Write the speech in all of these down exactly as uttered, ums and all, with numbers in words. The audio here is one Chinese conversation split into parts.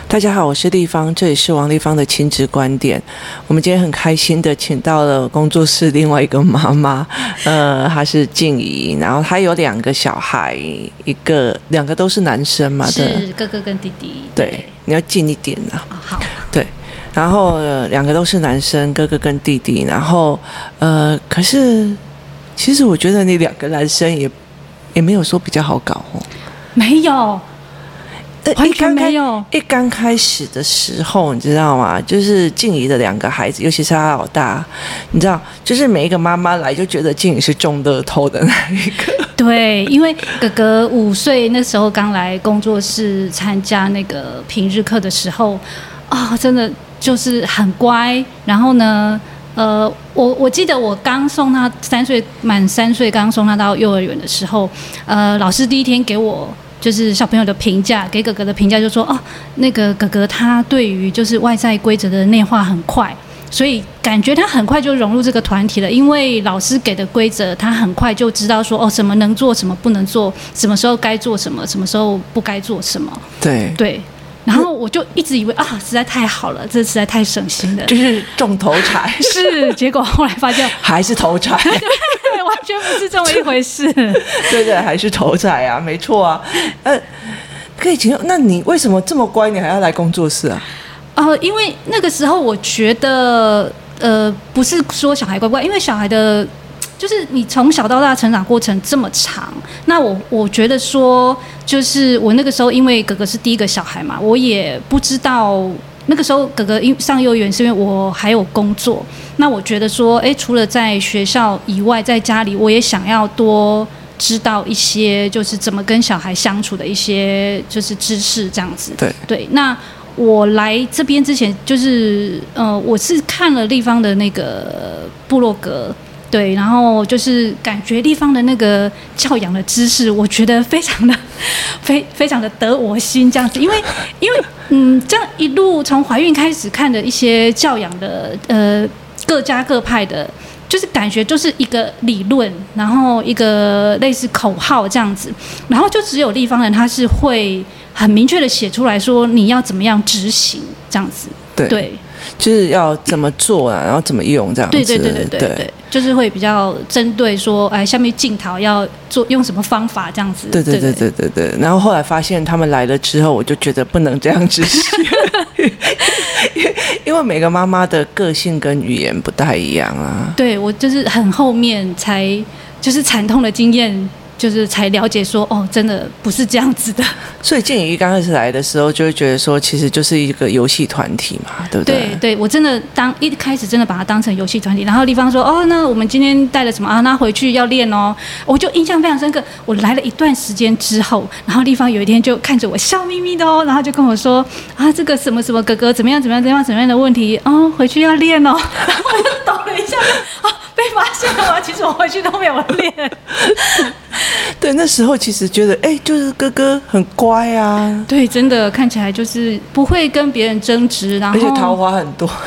大家好，我是丽芳，这里是王丽芳的亲子观点。我们今天很开心的请到了工作室另外一个妈妈，呃，她是静怡，然后她有两个小孩，一个两个都是男生嘛， 是哥哥跟弟弟。 对，你要近一点啊。 哦、好。 对，然后、呃、两个都是男生，哥哥跟弟弟，然后呃，可是其实我觉得你两个男生也也没有说比较好搞哦。 没有。完全没有。 一刚开始的时候，你知道吗？就是静怡的两个孩子，尤其是他老大，你知道，就是每一个妈妈来就觉得静怡是中乐透的那一个。 对，因为哥哥五岁那时候刚来工作室参加那个平日课的时候，啊、哦，真的就是很乖。然后呢，呃，我我记得我刚送他三岁满三岁，刚送他到幼儿园的时候，呃，老师第一天给我。就是小朋友的评价，给哥哥的评价就说哦，那个哥哥他对于就是外在规则的内化很快，所以感觉他很快就融入这个团体了。因为老师给的规则，他很快就知道说哦，什么能做，什么不能做，什么时候该做什么，什么时候不该做什么。对对。然后我就一直以为啊，实在太好了，这实在太省心了， 就是中头彩。 是，结果后来发现还是头彩。 对，完全不是这么一回事。 对对，还是头彩啊，没错啊。呃，可以请，那你为什么这么乖，你还要来工作室啊？ 呃，因为那个时候我觉得，呃，不是说小孩乖乖，因为小孩的。就是你从小到大成长过程这么长，那我我觉得说，就是我那个时候因为哥哥是第一个小孩嘛，我也不知道那个时候哥哥上幼儿园是因为我还有工作，那我觉得说，哎，除了在学校以外，在家里我也想要多知道一些，就是怎么跟小孩相处的一些就是知识这样子。 对对，那。我来这边之前，就是呃，我是看了立方的那个部落格。对，然后就是感觉地方的那个教养的知识，我觉得非常的、非非常的得我心这样子，因为因为嗯，这样一路从怀孕开始看的一些教养的呃各家各派的，就是感觉就是一个理论，然后一个类似口号这样子，然后就只有地方人他是会很明确的写出来说你要怎么样执行这样子， 对。对就是要怎么做啊，然后怎么用这样子。 对对对对对 对, 对，就是会比较针对说，哎，下面镜头要做用什么方法这样子。 对对对对对对。然后后来发现他们来了之后，我就觉得不能这样子写，因为每个妈妈的个性跟语言不太一样啊。 对，我就是很后面才就是惨痛的经验。就是才了解说哦，真的不是这样子的。 所以静怡刚开始来的时候，就会觉得说，其实就是一个游戏团体嘛，对不对？ 对对，我真的当一开始真的把它当成游戏团体，然后立方说哦，那我们今天带了什么啊？那回去要练哦。我就印象非常深刻。我来了一段时间之后，然后立方有一天就看着我笑眯眯的哦，然后就跟我说啊，这个什么什么哥哥怎么样怎么样怎么样怎么样的问题哦，回去要练哦。然后我就抖了一下，啊，被发现了吗？其实我回去都没有练。 对，那时候其实觉得，哎、欸，就是哥哥很乖啊。 对，真的看起来就是不会跟别人争执，然后而且桃花很多。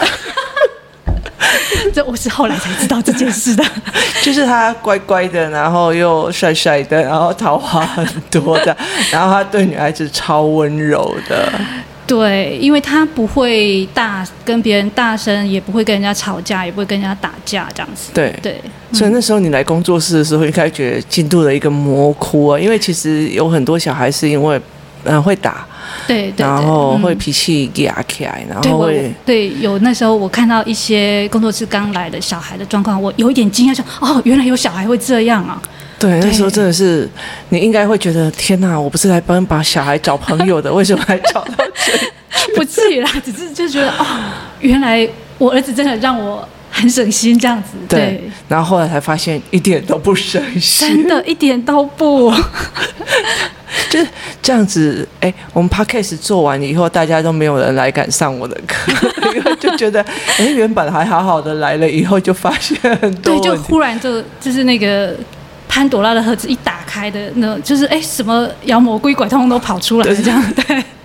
这我是后来才知道这件事的。 就是他乖乖的，然后又帅帅的，然后桃花很多的，然后他对女孩子超温柔的。 对，因为他不会大跟别人大声，也不会跟人家吵架，也不会跟人家打架这样子。 对对， 所以那时候你来工作室的时候，应该觉得进度的一个模糊啊，因为其实有很多小孩是因为嗯、呃、会打， 对 对, 对， 然后会脾气压起来，然后会对, 对有那时候我看到一些工作室刚来的小孩的状况，我有一点惊讶，说哦，原来有小孩会这样啊。 对，那时候真的是，你应该会觉得天哪，我不是来帮把小孩找朋友的，为什么还找到这里？ 不至于啦，只是就觉得哦，原来我儿子真的让我很省心这样子。对，对， 然后后来才发现一点都不省心， 真的一点都不。 就是这样子，哎，我们 podcast 做完以后，大家都没有人来敢上我的课，因为就觉得，哎，原本还好好的，来了以后就发现很多问题， 对，就忽然就就是那个潘朵拉的盒子一打开的那种，就是哎，什么妖魔鬼怪通通都跑出来了，这样对。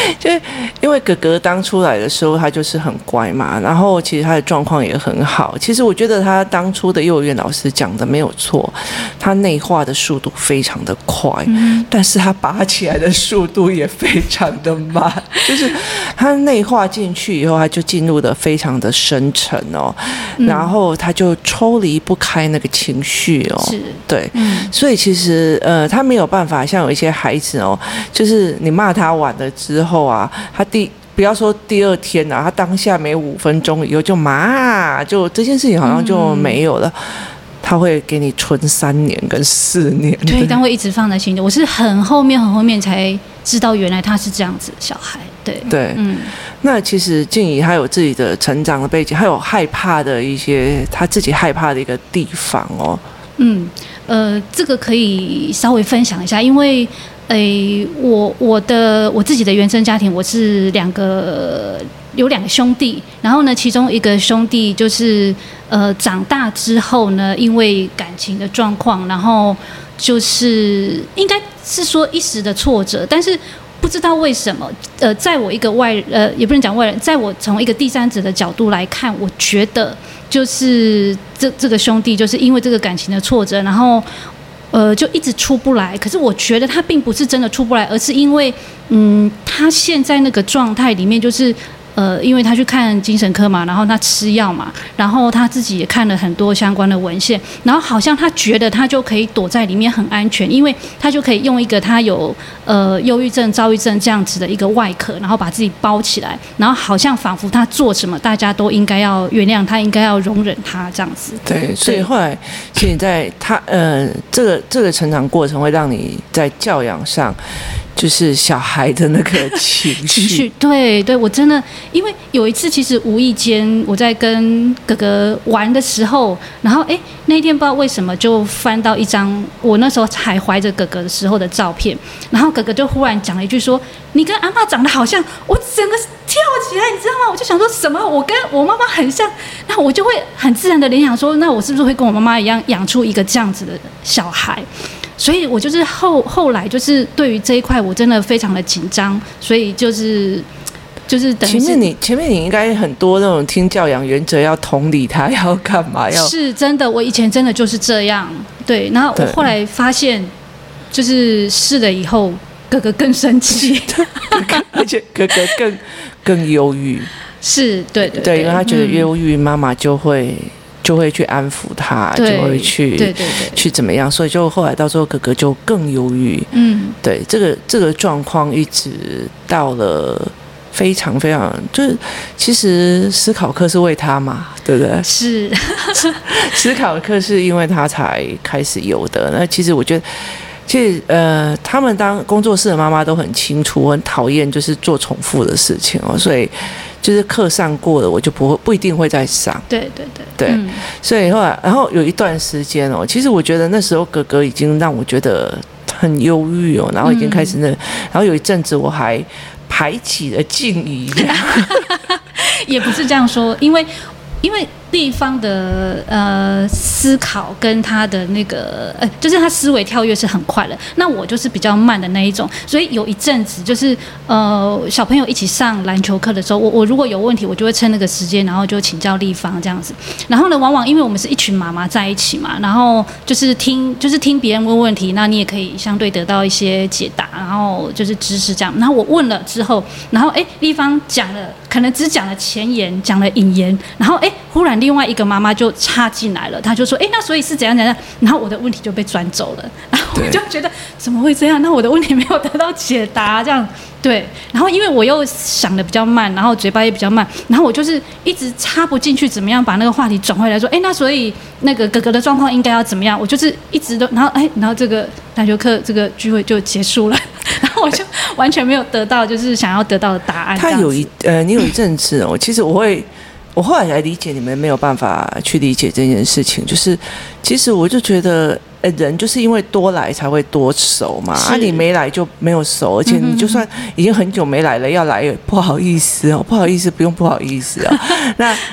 就因为哥哥当初来的时候，他就是很乖嘛，然后其实他的状况也很好。其实我觉得他当初的幼儿园老师讲的没有错，他内化的速度非常的快，嗯、但是他拔起来的速度也非常的慢，就是他内化进去以后，他就进入的非常的深沉哦，嗯、然后他就抽离不开那个情绪哦， 是， 对， 嗯、 所以其实呃，他没有办法像有一些孩子哦，就是你骂他完了之后啊，他第不要说第二天啊，他当下没五分钟以后就骂，就这件事情好像就没有了。嗯，他会给你存三年跟四年， 对，但会一直放在心里。我是很后面很后面才知道，原来他是这样子的小孩。对对，嗯，那其实静怡他有自己的成长的背景，还有害怕的一些他自己害怕的一个地方哦。 嗯，呃，这个可以稍微分享一下，因为。诶，我我的我自己的原生家庭，我是两个有两个兄弟，然后呢，其中一个兄弟就是呃长大之后呢，因为感情的状况，然后就是应该是说一时的挫折，但是不知道为什么，呃，在我一个外呃也不能讲外人，在我从一个第三者的角度来看，我觉得就是这这个兄弟就是因为这个感情的挫折，然后。呃，就一直出不来。可是我觉得他并不是真的出不来，而是因为，嗯，他现在那个状态里面，就是呃，因为他去看精神科嘛，然后他吃药嘛，然后他自己也看了很多相关的文献，然后好像他觉得他就可以躲在里面很安全，因为他就可以用一个他有呃忧郁症、躁郁症这样子的一个外壳，然后把自己包起来，然后好像仿佛他做什么，大家都应该要原谅他，应该要容忍他这样子。 对，所以后来其实你在他呃这个这个成长过程会让你在教养上。就是小孩的那个情绪，情绪， 对对，我真的，因为有一次，其实无意间我在跟哥哥玩的时候，然后哎，那一天不知道为什么就翻到一张我那时候还怀着哥哥的时候的照片，然后哥哥就忽然讲了一句说：“你跟阿嬷长得好像。”我整个跳起来，你知道吗？我就想说什么？我跟我妈妈很像，那我就会很自然的联想说，那我是不是会跟我妈妈一样养出一个这样子的小孩？所以我就是后后来就是对于这一块我真的非常的紧张，所以就是就是等于前面你前面你应该很多那种听教养原则要同理他要干嘛要是真的，我以前真的就是这样，对，然后我后来发现就是试了以后，哥哥更生气， 而且哥哥更更忧郁， 是对对 对, 对，因为他觉得忧郁，妈妈就会。就会去安抚他，就会去对对对去怎么样，所以就后来到时候哥哥就更忧郁，嗯，对，这个这个状况一直到了非常非常，就是其实思考课是为他嘛，对不对？ 是思考课是因为他才开始有的。那其实我觉得。其实，呃，他们当工作室的妈妈都很清楚，我很讨厌就是做重复的事情哦，所以就是课上过了，我就不会不一定会再上。 对对对， 对，嗯、所以后来，然后有一段时间哦，其实我觉得那时候哥哥已经让我觉得很忧郁哦，然后已经开始那，嗯、然后有一阵子我还排挤了静怡， 也不是这样说，因为因为。地方的呃思考跟他的那个呃，就是他思维跳跃是很快的，那我就是比较慢的那一种，所以有一阵子就是呃小朋友一起上篮球课的时候，我我如果有问题，我就会趁那个时间，然后就请教立方这样子。然后呢，往往因为我们是一群妈妈在一起嘛，然后就是听就是听别人问问题，那你也可以相对得到一些解答，然后就是知识这样。然后我问了之后，然后哎立方讲了，可能只讲了前言，讲了引言，然后哎忽然。另外一个妈妈就插进来了，她就说：“哎，那所以是怎样怎样？”然后我的问题就被转走了，然后我就觉得怎么会这样？那我的问题没有得到解答，这样对。然后因为我又想的比较慢，然后嘴巴也比较慢，然后我就是一直插不进去，怎么样把那个话题转回来说：“哎，那所以那个哥哥的状况应该要怎么样？”我就是一直都，然后哎，然后这个篮球课这个聚会就结束了，然后我就完全没有得到就是想要得到的答案。 他有一呃，你有一阵子哦，其实我会。我后来才理解你们没有办法去理解这件事情，就是其实我就觉得，呃，人就是因为多来才会多熟嘛，啊，你没来就没有熟，而且你就算已经很久没来了，要来也不好意思哦，不好意思，不用不好意思哦。那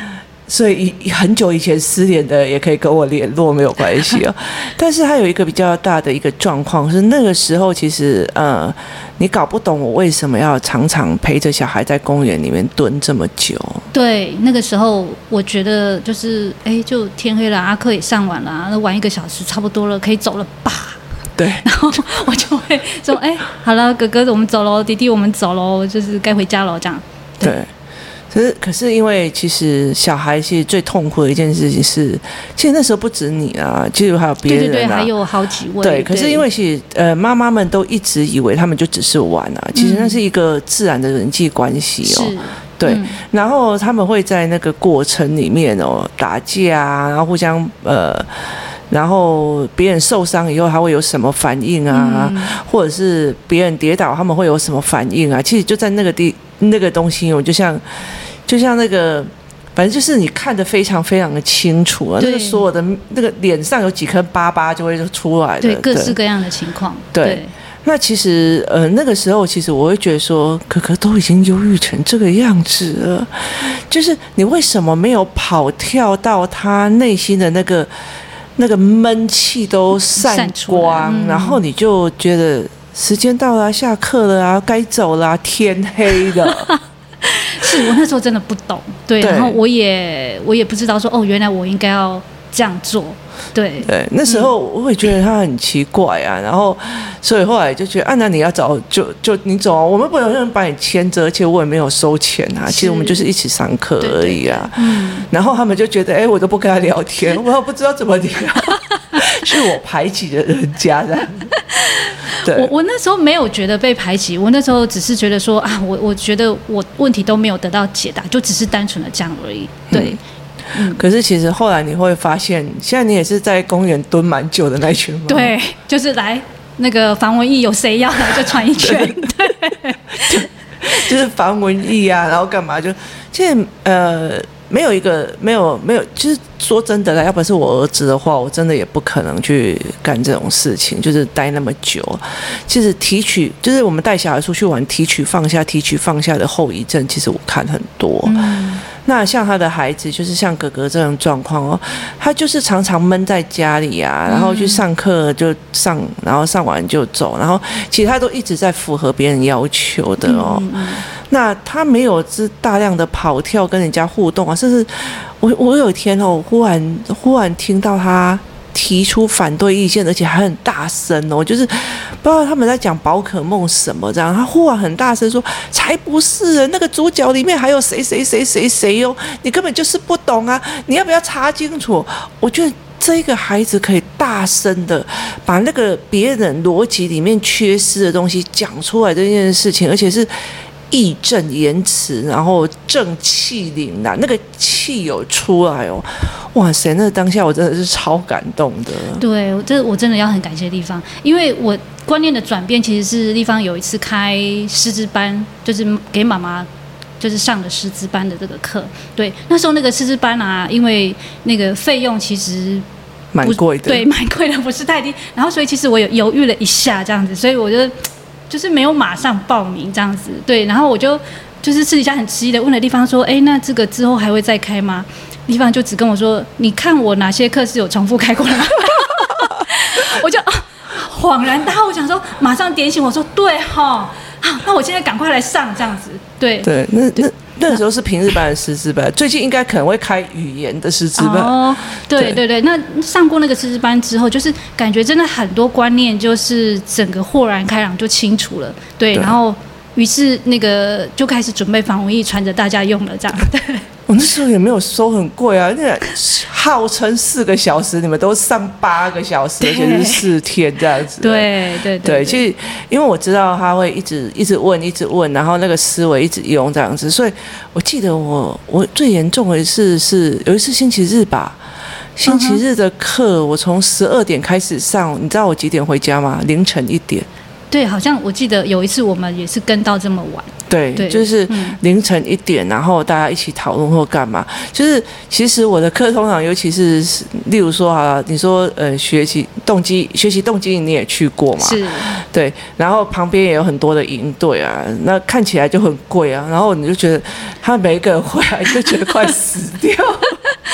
所以很久以前失联的也可以跟我联络，没有关系哦。但是他有一个比较大的一个状况是，那个时候其实呃，你搞不懂我为什么要常常陪着小孩在公园里面蹲这么久。 对，那个时候我觉得就是哎，就天黑了，阿课也上完了，那玩一个小时差不多了，可以走了吧。 对， 然后我就会说，哎，好了，哥哥我们走喽，弟弟我们走喽，就是该回家喽，这样。 对。对，可是，可是因为其实小孩其实最痛苦的一件事情是，其实那时候不止你啊，其实还有别人啊， 对对对，还有好几位。 对，可是因为其实呃，妈妈们都一直以为他们就只是玩啊，其实那是一个自然的人际关系哦。 是。 对， 嗯、 然后他们会在那个过程里面哦打架啊，然后互相呃。然后别人受伤以后他会有什么反应啊、嗯、或者是别人跌倒他们会有什么反应啊，其实就在那个地那个东西我就像就像那个反正就是你看得非常非常的清楚啊，那个所有的那个脸上有几颗疤疤就会出来的， 对，各式各样的情况。 对, 对， 那其实呃那个时候其实我会觉得说可可都已经忧郁成这个样子了，就是你为什么没有跑跳到他内心的那个那个闷气都散光、嗯、然后你就觉得时间到了、啊、下课了啊，该走了、啊、天黑了。 是我那时候真的不懂， 对, 对，然后我也我也不知道说哦，原来我应该要这样做。对对，那时候我也觉得他很奇怪啊，嗯、然后所以后来就觉得啊，那你要找就就你走啊，我们不有人把你牵着，而且我也没有收钱啊，其实我们就是一起上课而已啊。对对对，嗯，然后他们就觉得哎，我都不跟他聊天，我不知道怎么聊，是我排挤了人家的。对， 我我那时候没有觉得被排挤，我那时候只是觉得说啊，我我觉得我问题都没有得到解答，就只是单纯的这样而已。对。嗯嗯、可是其实后来你会发现，现在你也是在公园蹲蛮久的那群吗？ 对，就是来那个防蚊液，有谁要来就传一圈。对， 就就是防蚊液啊，然后干嘛就现在呃没有一个没有没有，就是说真的啦，要不是我儿子的话，我真的也不可能去干这种事情，就是待那么久。其实提取就是我们带小孩出去玩，提取放下，提取放下的后遗症，其实我看很多。嗯，那像他的孩子，就是像哥哥这种状况哦，他就是常常闷在家里啊，然后去上课就上，然后上完就走，然后其实他都一直在符合别人要求的哦。嗯嗯，那他没有是大量的跑跳跟人家互动啊，甚至我我有一天哦，忽然忽然听到他提出反对意见，而且还很大声哦，就是不知道他们在讲宝可梦什么这样，他忽然很大声说：“才不是，那个主角里面还有谁谁谁谁谁哦，你根本就是不懂啊，你要不要查清楚？”我觉得这个孩子可以大声的把那个别人逻辑里面缺失的东西讲出来这件事情，而且是义正言辞，然后正气凛然，那个气有出来哦，哇塞！那当下我真的是超感动的。 对，这我真的要很感谢地方，因为我观念的转变其实是地方有一次开师资班，就是给妈妈就是上的师资班的这个课。对，那时候那个师资班啊，因为那个费用其实蛮贵的， 对，蛮贵的，不是太低。然后所以其实我有犹豫了一下这样子，所以我就。就是没有马上报名这样子，对，然后我就就是私底下很迟疑的问了地方说，哎，那这个之后还会再开吗？地方就只跟我说，你看我哪些课是有重复开过的吗？我就、啊、恍然大悟，我想说马上点醒我说，对哈，好，那我现在赶快来上这样子，对对，那那。那时候是平日班的师资班，最近应该可能会开语言的师资班。 哦，对对对，那上过那个师资班之后，就是感觉真的很多观念就是整个豁然开朗，就清楚了。对，对，然后于是那个就开始准备防蚊液，传着大家用了这样。对， 我那时候也没有收很贵啊，那个号称四个小时，你们都上八个小时，而且是四天这样子。 对对 对, 对， 其实因为我知道他会一直一直问，一直问，然后那个思维一直用这样子，所以我记得我我最严重的一次是有一次星期日吧，星期日的课我从十二点开始上，你知道我几点回家吗？凌晨一点。 对，好像我记得有一次我们也是跟到这么晚。 对，对，就是凌晨一点，然后大家一起讨论或干嘛。就是其实我的课通常，尤其是例如说啊，你说呃学习动机，学习动机你也去过嘛？ 是。 对，然后旁边也有很多的营队啊，那看起来就很贵啊，然后你就觉得他每一个人回来就觉得快死掉。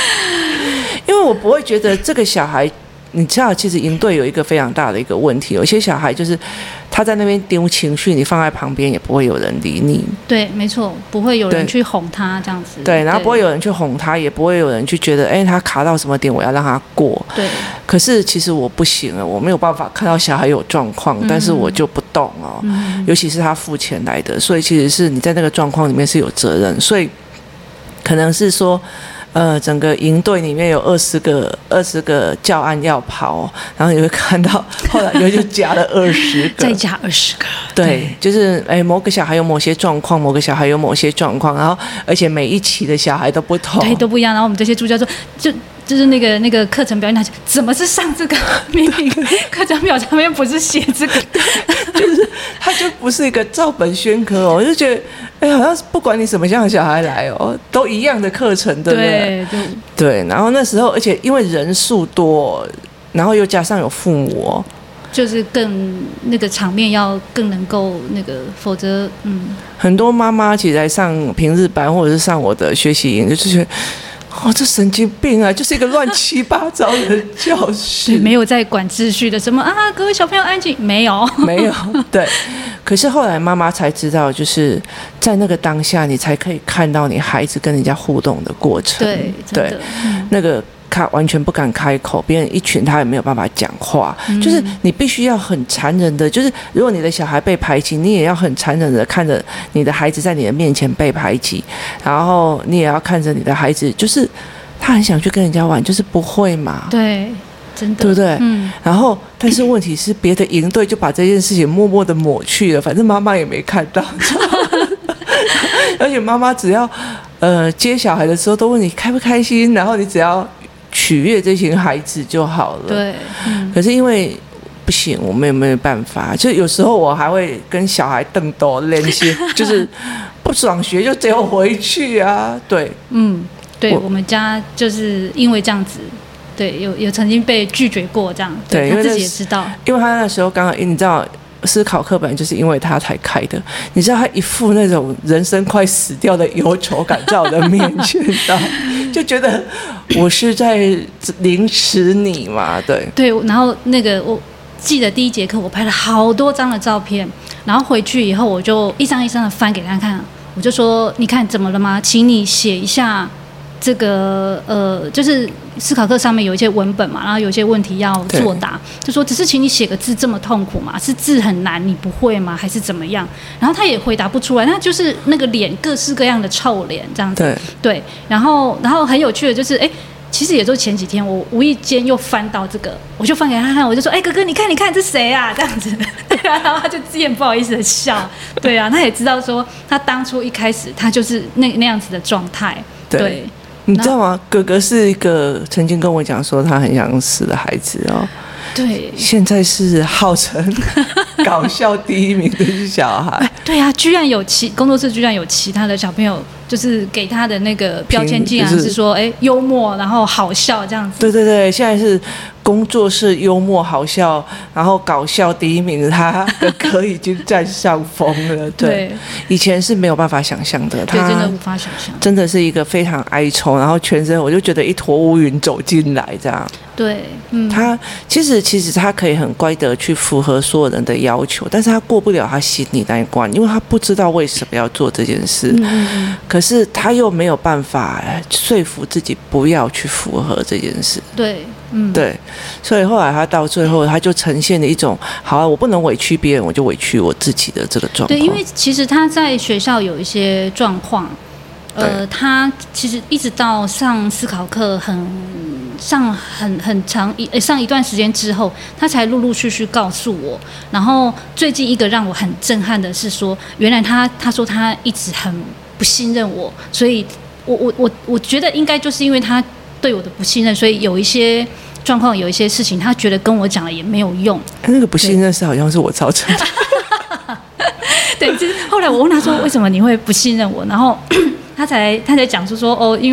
因为我不会觉得这个小孩。你知道，其实营队有一个非常大的一个问题，有些小孩就是他在那边丢情绪，你放在旁边也不会有人理你。 对，没错，不会有人去哄他这样子。 对，然后不会有人去哄他，也不会有人去觉得，哎，他卡到什么点，我要让他过。 对。 可是其实我不行了，我没有办法看到小孩有状况，嗯、但是我就不动哦、嗯，尤其是他付钱来的，所以其实是你在那个状况里面是有责任，所以可能是说。呃，整个营队里面有二十个二十个教案要跑，然后你会看到后来又就加了二十个， 再加二十个， 对，对就是哎，某个小孩有某些状况，某个小孩有某些状况，然后而且每一期的小孩都不同， 对，都不一样。然后我们这些助教说，就就是那个那个课程表演，他怎么是上这个？明明课程表上面不是写这个， 就是他就不是一个照本宣科哦，我就觉得。哎，好像不管你什么样的小孩来哦，都一样的课程，对不对？对，对。然后那时候，而且因为人数多，然后又加上有父母、哦， 就是更那个场面要更能够那个，否则嗯， 很多妈妈其实来上平日班或者是上我的学习营，就是觉得。哦，这神经病啊！就是一个乱七八糟的教室， 没有在管秩序的，什么啊，各位小朋友安静，没有， 没有，对。可是后来妈妈才知道，就是在那个当下，你才可以看到你孩子跟人家互动的过程， 对， 对，嗯、那个。他完全不敢开口，别人一群他也没有办法讲话、嗯，就是你必须要很残忍的，就是如果你的小孩被排挤，你也要很残忍的看着你的孩子在你的面前被排挤，然后你也要看着你的孩子，就是他很想去跟人家玩，就是不会嘛， 对，真的， 对不对？ 嗯。 然后，但是问题是，别的营队就把这件事情默默的抹去了，反正妈妈也没看到，而且妈妈只要呃接小孩的时候都问你开不开心，然后你只要。取悦这群孩子就好了。 对，嗯、 可是因为不行，我们也没有办法。就有时候我还会跟小孩瞪斗练习，就是不爽学就只有回去啊。对， 嗯，对，我, 我们家就是因为这样子，对，有有曾经被拒绝过这样，对，对他自己也知道， 因为他那时候刚刚你知道。思考课本就是因为他才开的，你知道他一副那种人生快死掉的忧愁感在我的面前，就觉得我是在凌迟你嘛，对对，然后那个我记得第一节课我拍了好多张的照片，然后回去以后我就一张一张的翻给他看，我就说你看怎么了吗？请你写一下。这个呃，就是思考课上面有一些文本嘛，然后有一些问题要作答，就说只是请你写个字这么痛苦嘛？是字很难，你不会吗？还是怎么样？然后他也回答不出来，他就是那个脸各式各样的臭脸这样子。对，对，然后然后很有趣的就是，哎，其实也就前几天我无意间又翻到这个，我就翻给他看，我就说，哎，哥哥你看你看这谁啊？这样子，然后他就自言不好意思的笑，对啊，他也知道说他当初一开始他就是那那样子的状态，对。对你知道吗？哥哥是一个曾经跟我讲说他很想死的孩子哦。 对， 现在是号称搞笑第一名的小孩。 对啊，居然有其工作室居然有其他的小朋友，就是给他的那个标签竟然是说，哎、就是，幽默，然后好笑这样子。 对对对，现在是工作室幽默好笑，然后搞笑第一名，他的歌已经占上风了。对，对以前是没有办法想象的， 对，真的无法想象， 真的是一个非常哀愁，然后全身我就觉得一坨乌云走进来这样。 对，嗯， 他其实其实他可以很乖的去符合所有人的要求，但是他过不了他心里那一关，因为他不知道为什么要做这件事。嗯嗯，可是他又没有办法说服自己不要去符合这件事。 对，嗯， 对，所以后来他到最后，他就呈现了一种，好啊，我不能委屈别人，我就委屈我自己的这个状况。 对，因为其实他在学校有一些状况，呃，他其实一直到上思考课很。上很很长一上一段时间之后，他才陆陆续续告诉我。然后最近一个让我很震撼的是说，原来他他说他一直很不信任我，所以我我我我觉得应该就是因为他对我的不信任，所以有一些状况，有一些事情，他觉得跟我讲了也没有用。 那个不信任是好像是我造成的。 对，就是后来我问他说，为什么你会不信任我？然后他才他才讲出说，哦，因为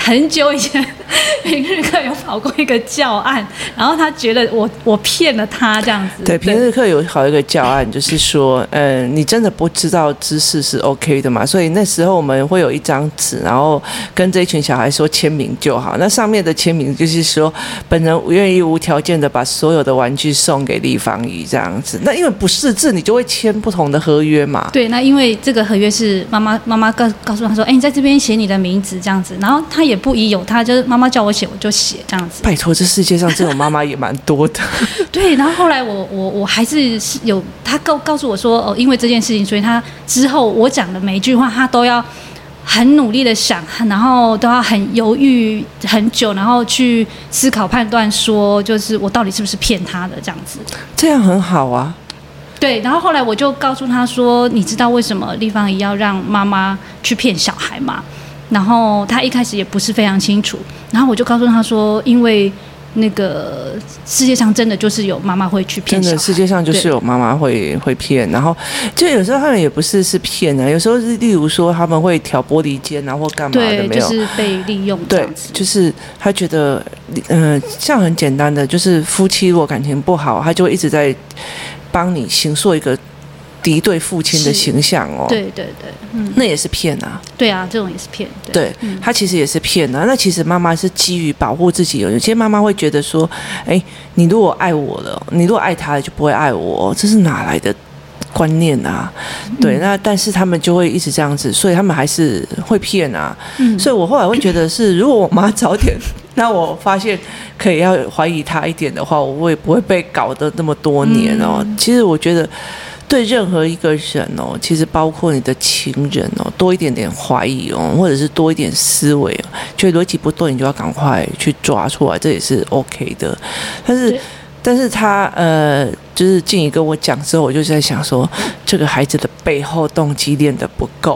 很久以前平日课有跑过一个教案，然后他觉得我我骗了他这样子。 对，平日课有考一个教案，就是说，呃，你真的不知道知识是 OK 的嘛？所以那时候我们会有一张纸，然后跟这一群小孩说签名就好。那上面的签名就是说，本人愿意无条件的把所有的玩具送给立方姨这样子。那因为不识字，你就会签不同的合约嘛。 对，那因为这个合约是妈妈妈妈告告诉他说，哎，你在这边写你的名字这样子，然后他也不疑有他，就是妈妈叫我写我就写这样子。 拜托，这世界上这种妈妈也蛮多的。 对，然后后来我我我还是有他告告诉我说，哦，因为这件事情，所以他之后我讲的每一句话，他都要很努力的想，然后都要很犹豫很久，然后去思考判断，说就是我到底是不是骗他的这样子。 这样很好啊。 对，然后后来我就告诉他说，你知道为什么立方姨要让妈妈去骗小孩吗？然后他一开始也不是非常清楚，然后我就告诉他说，因为那个世界上真的就是有妈妈会去骗小孩， 真的世界上就是有妈妈会会骗，然后就有时候他们也不是是骗啊，有时候是例如说他们会挑拨离间啊或干嘛的， 对， 没有， 就是被利用这样子。 对，就是他觉得，呃，像很简单的，就是夫妻如果感情不好，他就会一直在帮你形塑一个敌对父亲的形象哦。 对对对，嗯， 那也是骗啊。 对啊，这种也是骗。对， 对嗯、 他其实也是骗啊。那其实妈妈是基于保护自己，有些妈妈会觉得说，哎，你如果爱我了，你如果爱他了，就不会爱我，这是哪来的观念啊？对，那但是他们就会一直这样子，所以他们还是会骗啊。嗯，所以我后来会觉得是，如果我妈早点让我发现可以要怀疑她一点的话，我也不会被搞得那么多年哦。嗯、其实我觉得。对任何一个人哦，其实包括你的情人哦，多一点点怀疑哦，或者是多一点思维哦，觉得逻辑不对，你就要赶快去抓出来，这也是 OK 的。但是，但是他呃，就是静怡跟我讲之后，我就在想说，这个孩子的背后动机练得不够。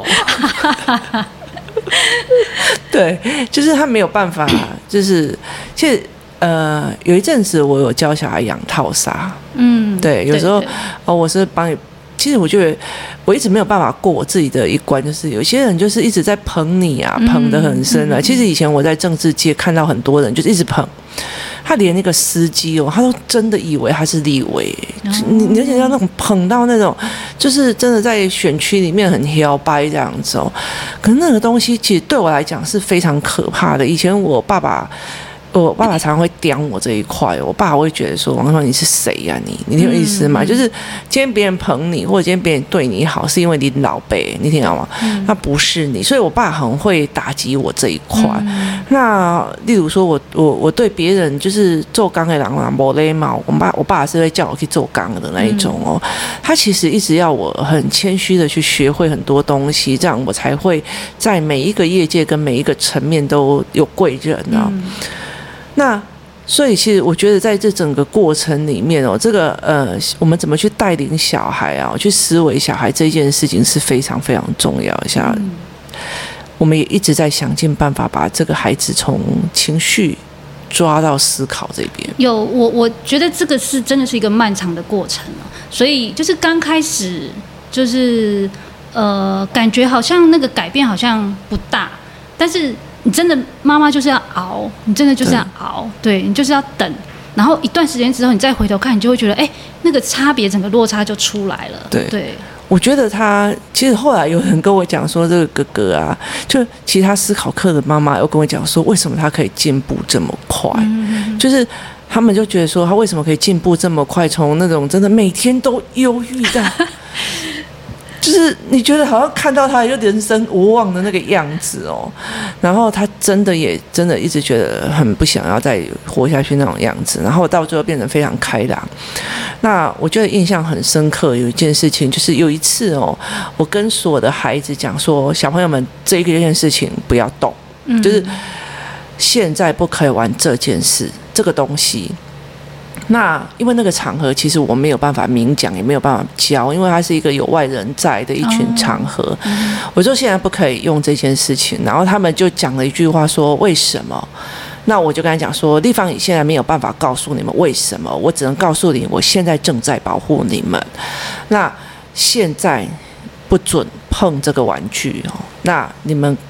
对，就是他没有办法，就是其实。呃，有一阵子我有教小孩养套杀，嗯，对，有时候哦，我是帮你。其实我觉得我一直没有办法过我自己的一关，就是有些人就是一直在捧你啊，捧得很深啊。嗯嗯、其实以前我在政治界看到很多人就是一直捧，他连那个司机哦，他都真的以为他是立委，哦、你你而且要那种捧到那种，就是真的在选区里面很摇摆这样子哦。可是那个东西其实对我来讲是非常可怕的。以前我爸爸。我爸爸常常会刁我这一块，我爸会觉得说：“王双，你是谁呀、啊？你你听有意思吗？嗯、就是今天别人捧你，或者今天别人对你好，是因为你老辈，你听到吗？嗯、那不是你，所以我爸很会打击我这一块。嗯、那例如说我我我对别人就是做钢的人嘛，没礼貌，我爸我爸是会叫我去做钢的那一种哦。嗯、他其实一直要我很谦虚的去学会很多东西，这样我才会在每一个业界跟每一个层面都有贵人啊。嗯”那所以其实我觉得在这整个过程里面哦，这个呃，我们怎么去带领小孩啊，去思维小孩这件事情是非常非常重要的。像我们也一直在想尽办法把这个孩子从情绪抓到思考这边。 有我我觉得这个是真的是一个漫长的过程哦，所以就是刚开始就是呃，感觉好像那个改变好像不大，但是。你真的妈妈就是要熬，你真的就是要熬，对, 对你就是要等，然后一段时间之后，你再回头看，你就会觉得，哎，那个差别，整个落差就出来了。 对， 对我觉得他其实后来有人跟我讲说，这个哥哥啊，就其他思考课的妈妈有跟我讲说，为什么他可以进步这么快？嗯、就是他们就觉得说，他为什么可以进步这么快，从那种真的每天都忧郁到。就是你觉得好像看到他就人生无望的那个样子哦，然后他真的也真的一直觉得很不想要再活下去那种样子，然后到最后变得非常开朗。那我觉得印象很深刻，有一件事情就是有一次哦，我跟所有的孩子讲说，小朋友们这一件事情不要动，嗯、就是现在不可以玩这件事，这个东西。那因为那个场合其实我没有办法明讲，也没有办法教，因为它是一个有外人在的一群场合。哦嗯、我说现在不可以用这件事情，然后他们就讲了一句话说为什么？那我就跟他讲说，立方体现在没有办法告诉你们为什么，我只能告诉你我现在正在保护你们。那现在不准碰这个玩具哦，那你们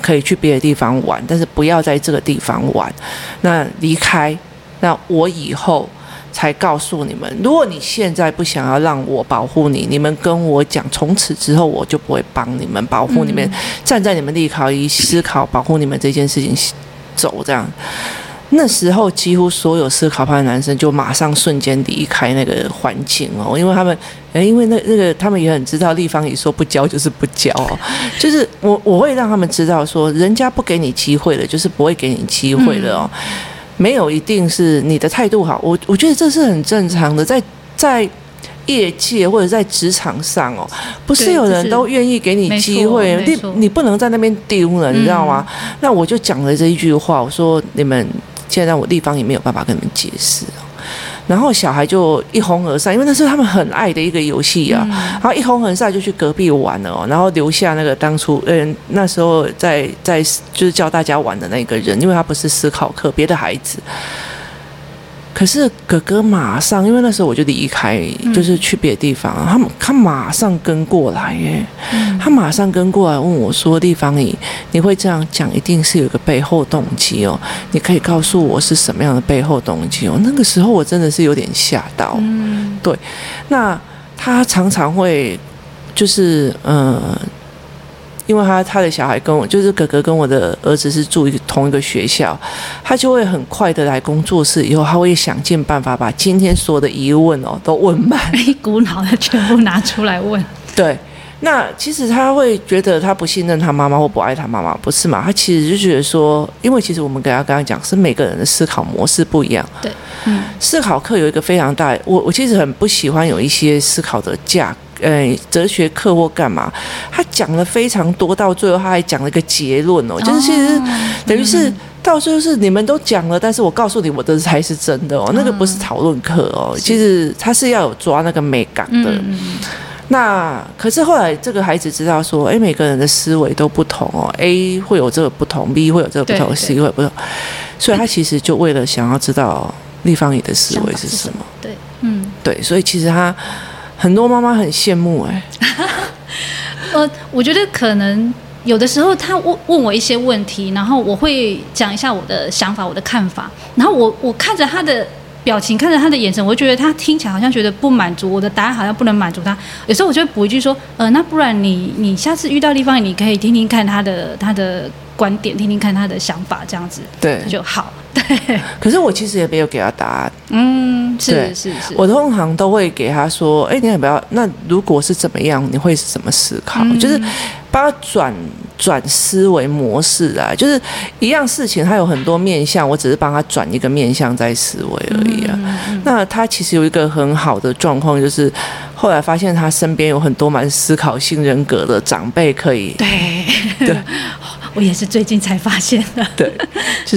可以去别的地方玩，但是不要在这个地方玩。那离开，那我以后才告诉你们，如果你现在不想要让我保护你，你们跟我讲，从此之后我就不会帮你们保护你们，嗯、站在你们立考以思考保护你们这件事情走这样。那时候几乎所有思考派的男生就马上瞬间离开那个环境哦，因为他们，因为那那个他们也很知道立方体说不教就是不教哦，就是我我会让他们知道说，人家不给你机会了，就是不会给你机会了哦，嗯、没有一定是你的态度好，我我觉得这是很正常的，在在。业界或者在职场上哦，不是有人都愿意给你机会，你你不能在那边丢了，你知道吗？嗯、那我就讲了这一句话，我说你们现在我地方也没有办法跟你们解释哦。然后小孩就一哄而散，因为那是他们很爱的一个游戏啊。嗯、然后一哄而散就去隔壁玩了哦，然后留下那个当初嗯、呃、那时候在在就是教大家玩的那个人，因为他不是思考课，别的孩子。可是哥哥马上，因为那时候我就离开，就是去别的地方，他他马上跟过来耶，嗯、他马上跟过来问我说：“立方你你会这样讲，一定是有个背后动机哦，你可以告诉我是什么样的背后动机哦？”那个时候我真的是有点吓到，嗯、对，那他常常会就是呃。因为他他的小孩跟我就是哥哥跟我的儿子是住一个同一个学校，他就会很快的来工作室，以后他会想尽办法把今天所有的疑问哦都问满， 一股脑的全部拿出来问。 对，那其实他会觉得他不信任他妈妈或不爱他妈妈，不是嘛？他其实就觉得说，因为其实我们给他刚刚讲是每个人的思考模式不一样。 对，嗯， 思考课有一个非常大，我我其实很不喜欢有一些思考的架。呃，哲学课或干嘛，他讲了非常多，到最后他还讲了一个结论哦，就是其实等于是到最后是你们都讲了，但是我告诉你我的才是真的哦，那个不是讨论课哦，其实他是要有抓那个美感的。那可是后来这个孩子知道说，哎，每个人的思维都不同哦 ，A 会有这个不同 ，B 会有这个不同 ，C 会有不同，所以他其实就为了想要知道立方体的思维是什么， 对，嗯， 对，所以其实他。很多妈妈很羡慕哎、欸， 呃，我觉得可能有的时候他问问我一些问题，然后我会讲一下我的想法、我的看法，然后我我看着他的表情，看着他的眼神，我就觉得他听起来好像觉得不满足，我的答案好像不能满足他。有时候我就会补一句说，呃，那不然你你下次遇到地方，你可以听听看他的他的观点，听听看他的想法，这样子， 对， 就好。对， 可是我其实也没有给他答案。 嗯，是是是， 我通常都会给他说，哎，你要不要？那如果是怎么样，你会怎么思考？嗯、就是帮他转转思维模式啊，就是一样事情，他有很多面向，我只是帮他转一个面向在思维而已啊。嗯嗯、那他其实有一个很好的状况，就是后来发现他身边有很多蛮思考性人格的长辈可以。 对对， 我也是最近才发现的。 对，就是。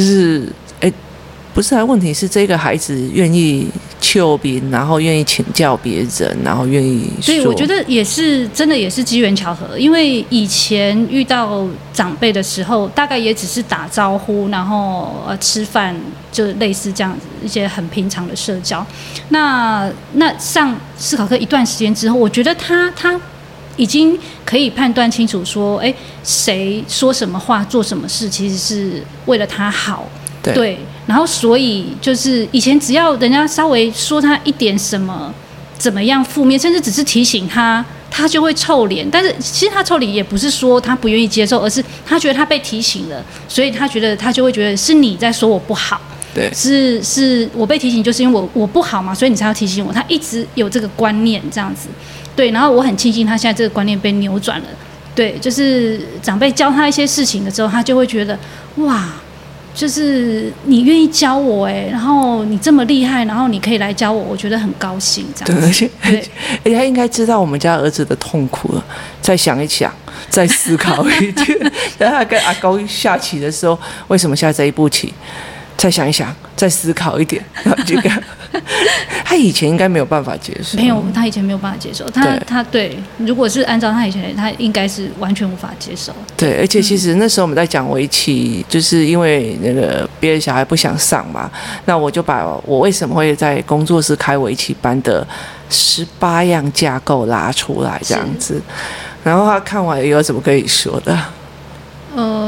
不是啊，问题是这个孩子愿意求兵，然后愿意请教别人，然后愿意说。 对，我觉得也是，真的也是机缘巧合。因为以前遇到长辈的时候，大概也只是打招呼，然后呃吃饭，就类似这样子一些很平常的社交。那那上思考课一段时间之后，我觉得他他已经可以判断清楚说，哎，谁说什么话，做什么事，其实是为了他好。对。对，然后所以就是以前只要人家稍微说他一点什么怎么样负面，甚至只是提醒他，他就会臭脸。但是其实他臭脸也不是说他不愿意接受，而是他觉得他被提醒了，所以他觉得他就会觉得是你在说我不好。 对， 是是我被提醒，就是因为我我不好嘛，所以你才要提醒我。他一直有这个观念这样子。对，然后我很庆幸他现在这个观念被扭转了。对，就是长辈教他一些事情的时候，他就会觉得哇。就是你愿意教我哎，然后你这么厉害，然后你可以来教我，我觉得很高兴这样子。 对，而且而且他应该知道我们家儿子的痛苦了，再想一想，再思考一点。然后他跟阿高下棋的时候，为什么下这一步棋？再想一想，再思考一点，然后就跟他以前应该没有办法接受， 没有，他以前没有办法接受，他对他对，如果是按照他以前，他应该是完全无法接受。 对，而且其实那时候我们在讲围棋，就是因为那个别的小孩不想上嘛，那我就把我为什么会在工作室开围棋班的十八样架构拉出来这样子，然后他看完有什么可以说的？ 呃。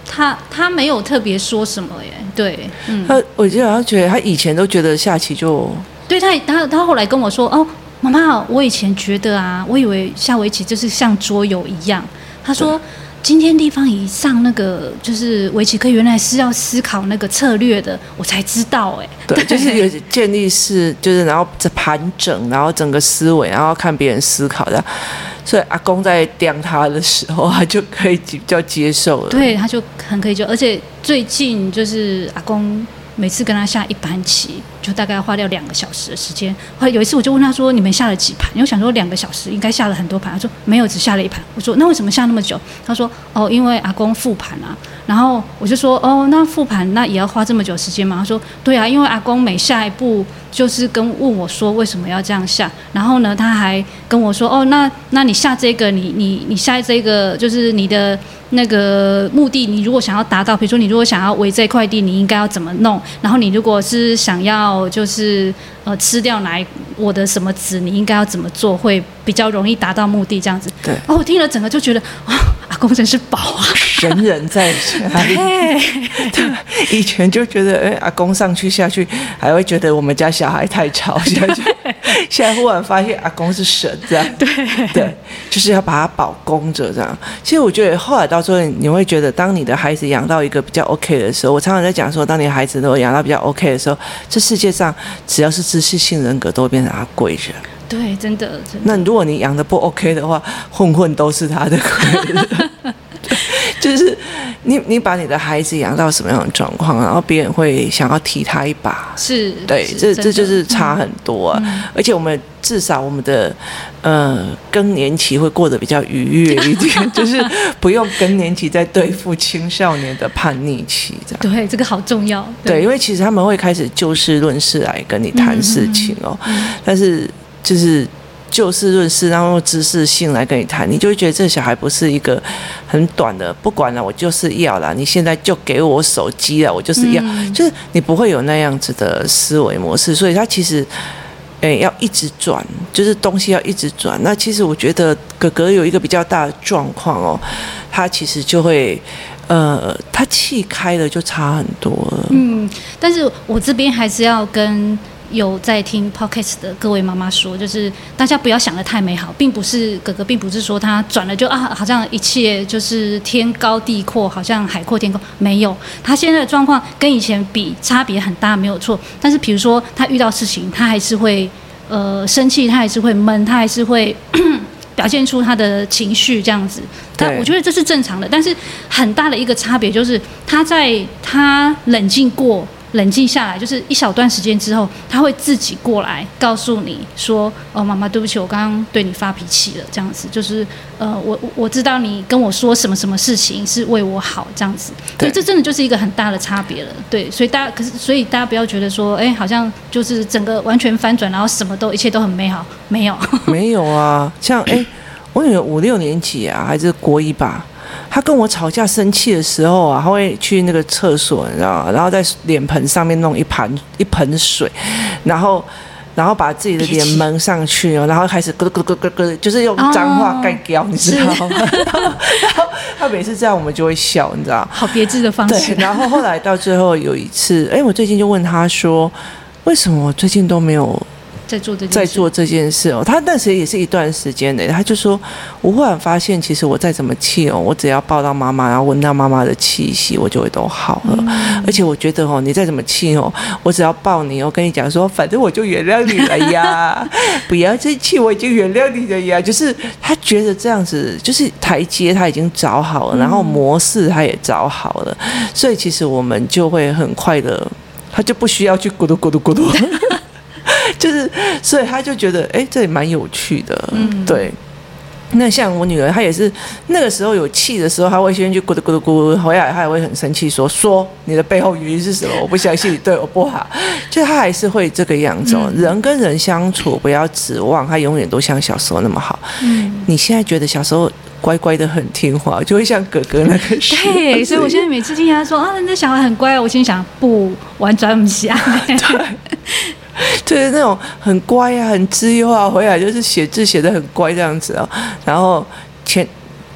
他他没有特别说什么耶，对，嗯， 他我记得他觉得他以前都觉得下棋就， 对他他他后来跟我说，哦，妈妈，我以前觉得啊，我以为下围棋就是像桌游一样。他说，今天地方一上那个就是围棋课，原来是要思考那个策略的，我才知道哎。 对，就是有建立式，就是然后盘整，然后整个思维，然后看别人思考的。所以阿公在刁他的时候，他就可以比较接受了。 对，他就很可以就，而且最近就是阿公每次跟他下一盘棋，就大概要花掉两个小时的时间。后来有一次我就问他说：“你们下了几盘？”因为我想说两个小时应该下了很多盘。他说：“没有，只下了一盘。”我说：“那为什么下那么久？”他说：“哦，因为阿公复盘啊。”然后我就说：“哦，那复盘那也要花这么久时间吗？”他说：“对啊，因为阿公每下一步就是跟问我说为什么要这样下，然后呢他还跟我说：哦，那那你下这个，你你你下这个就是你的那个目的，你如果想要达到，比如说你如果想要围这块地，你应该要怎么弄？然后你如果是想要就是呃吃掉哪我的什么籽，你应该要怎么做会比较容易达到目的？这样子。 对。 哦，我听了整个就觉得，哦，阿公真是宝啊， 神人在家里。对，以前就觉得，哎，阿公上去下去，还会觉得我们家小孩太吵，现在就现在忽然发现阿公是神，这样。 对对，就是要把他保供着这样。其实我觉得后来到最后，你会觉得，当你的孩子养到一个比较 OK 的时候，我常常在讲说，当你的孩子都养到比较 OK 的时候，这世界上只要是知识性人格，都会变成他贵人。 对，真的，真的。 那如果你养的不 OK 的话，混混都是他的贵人。就是你，你把你的孩子养到什么样的状况，然后别人会想要提他一把。 是， 对，这这就是差很多啊。 嗯、 而且我们至少我们的呃更年期会过得比较愉悦一点，就是不用更年期在对付青少年的叛逆期这样。 对，这个好重要。 对，对因为其实他们会开始就事论事来跟你谈事情哦， 嗯嗯、 但是就是就事论事，然后用知识性来跟你谈，你就会觉得这小孩不是一个很短的，不管了，我就是要了，你现在就给我手机了，我就是要，嗯、就是你不会有那样子的思维模式，所以他其实。哎，要一直转，就是东西要一直转。那其实我觉得哥哥有一个比较大的状况哦，他其实就会，呃，他气开了就差很多了。 嗯，但是我这边还是要跟有在听 podcast 的各位妈妈说，就是大家不要想得太美好，并不是哥哥，并不是说他转了就啊，好像一切就是天高地阔，好像海阔天空，没有。他现在的状况跟以前比差别很大，没有错。但是比如说他遇到事情，他还是会呃生气，他还是会闷，他还是会表现出他的情绪这样子。但我觉得这是正常的，但是很大的一个差别就是他在他冷静过。冷静下来，就是一小段时间之后，他会自己过来告诉你说：“哦，妈妈，对不起，我刚刚对你发脾气了。”这样子，就是呃，我我知道你跟我说什么什么事情是为我好，这样子。对，这真的就是一个很大的差别了。对，所以大家可是，所以大家不要觉得说，哎，好像就是整个完全翻转，然后什么都一切都很美好，没有， 没有啊。像哎，我女儿五六年级啊，还是国一吧。他跟我吵架生气的时候啊，他会去那个厕所，你知道吗？然后在脸盆上面弄一盘一盆水，然后然后把自己的脸蒙上去，然后开始咯咯咯咯咯，就是用脏话干掉，你知道吗？然后他每次这样，我们就会笑，你知道？ 好别致的方式。 对，然后后来到最后有一次，哎，我最近就问他说，为什么我最近都没有？ 在做这件事在做这件事哦，他那时也是一段时间的，他就说，我忽然发现，其实我再怎么气哦，我只要抱到妈妈，然后闻到妈妈的气息，我就会都好了。嗯、而且我觉得哦，你再怎么气哦，我只要抱你，我跟你讲说，反正我就原谅你了呀，不要再气，我已经原谅你了呀。就是他觉得这样子，就是台阶他已经找好了，然后模式他也找好了，所以其实我们就会很快的，他就不需要去咕嘟咕嘟咕嘟。就是，所以他就觉得，哎、欸，这也蛮有趣的，嗯，对。那像我女儿，她也是那个时候有气的时候，她会先去咕嘟咕嘟咕嘟，回来她也会很生气，说说你的背后原因是什么？我不相信你对我不好，就她还是会这个样子、哦。嗯、人跟人相处，不要指望他永远都像小时候那么好。嗯，你现在觉得小时候乖乖的很听话，就会像哥哥那个时候。 对，所以我现在每次听他说啊，那小孩很乖，我心想不，完全不像。 对。就是那种很乖啊，很资优啊，回来就是写字写得很乖这样子哦。然后前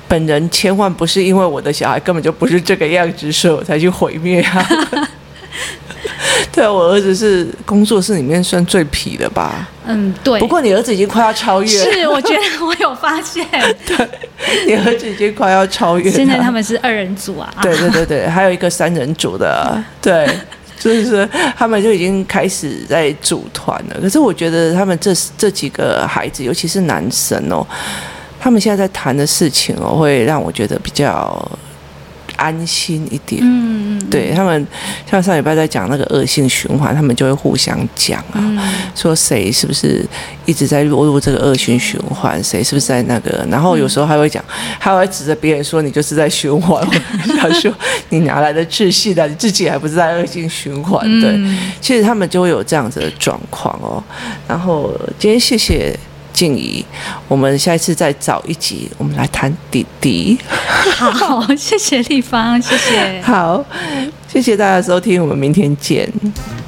本人千万不是因为我的小孩根本就不是这个样子，所以我才去毁灭他。对，我儿子是工作室里面算最皮的吧。 嗯，对。 不过你儿子已经快要超越了。 是，我觉得我有发现。 对，你儿子已经快要超越了。 现在他们是二人组啊。 对对对对，还有一个三人组的。对，就是他们就已经开始在组团了。可是我觉得他们这这几个孩子，尤其是男生哦，他们现在在谈的事情哦，会让我觉得比较安心一点。嗯嗯，对，他们像上礼拜在讲那个恶性循环，他们就会互相讲啊，嗯、说谁是不是一直在落入这个恶性循环，谁是不是在那个，然后有时候还会讲，还会指着别人说你就是在循环，我想说你哪来的自信啊？你自己还不是在恶性循环？对，嗯、其实他们就会有这样子的状况哦。然后今天谢谢静怡，我们下一次再找一集，我们来谈弟弟。 好，谢谢立方，谢谢。 好，谢谢大家的收听，我们明天见。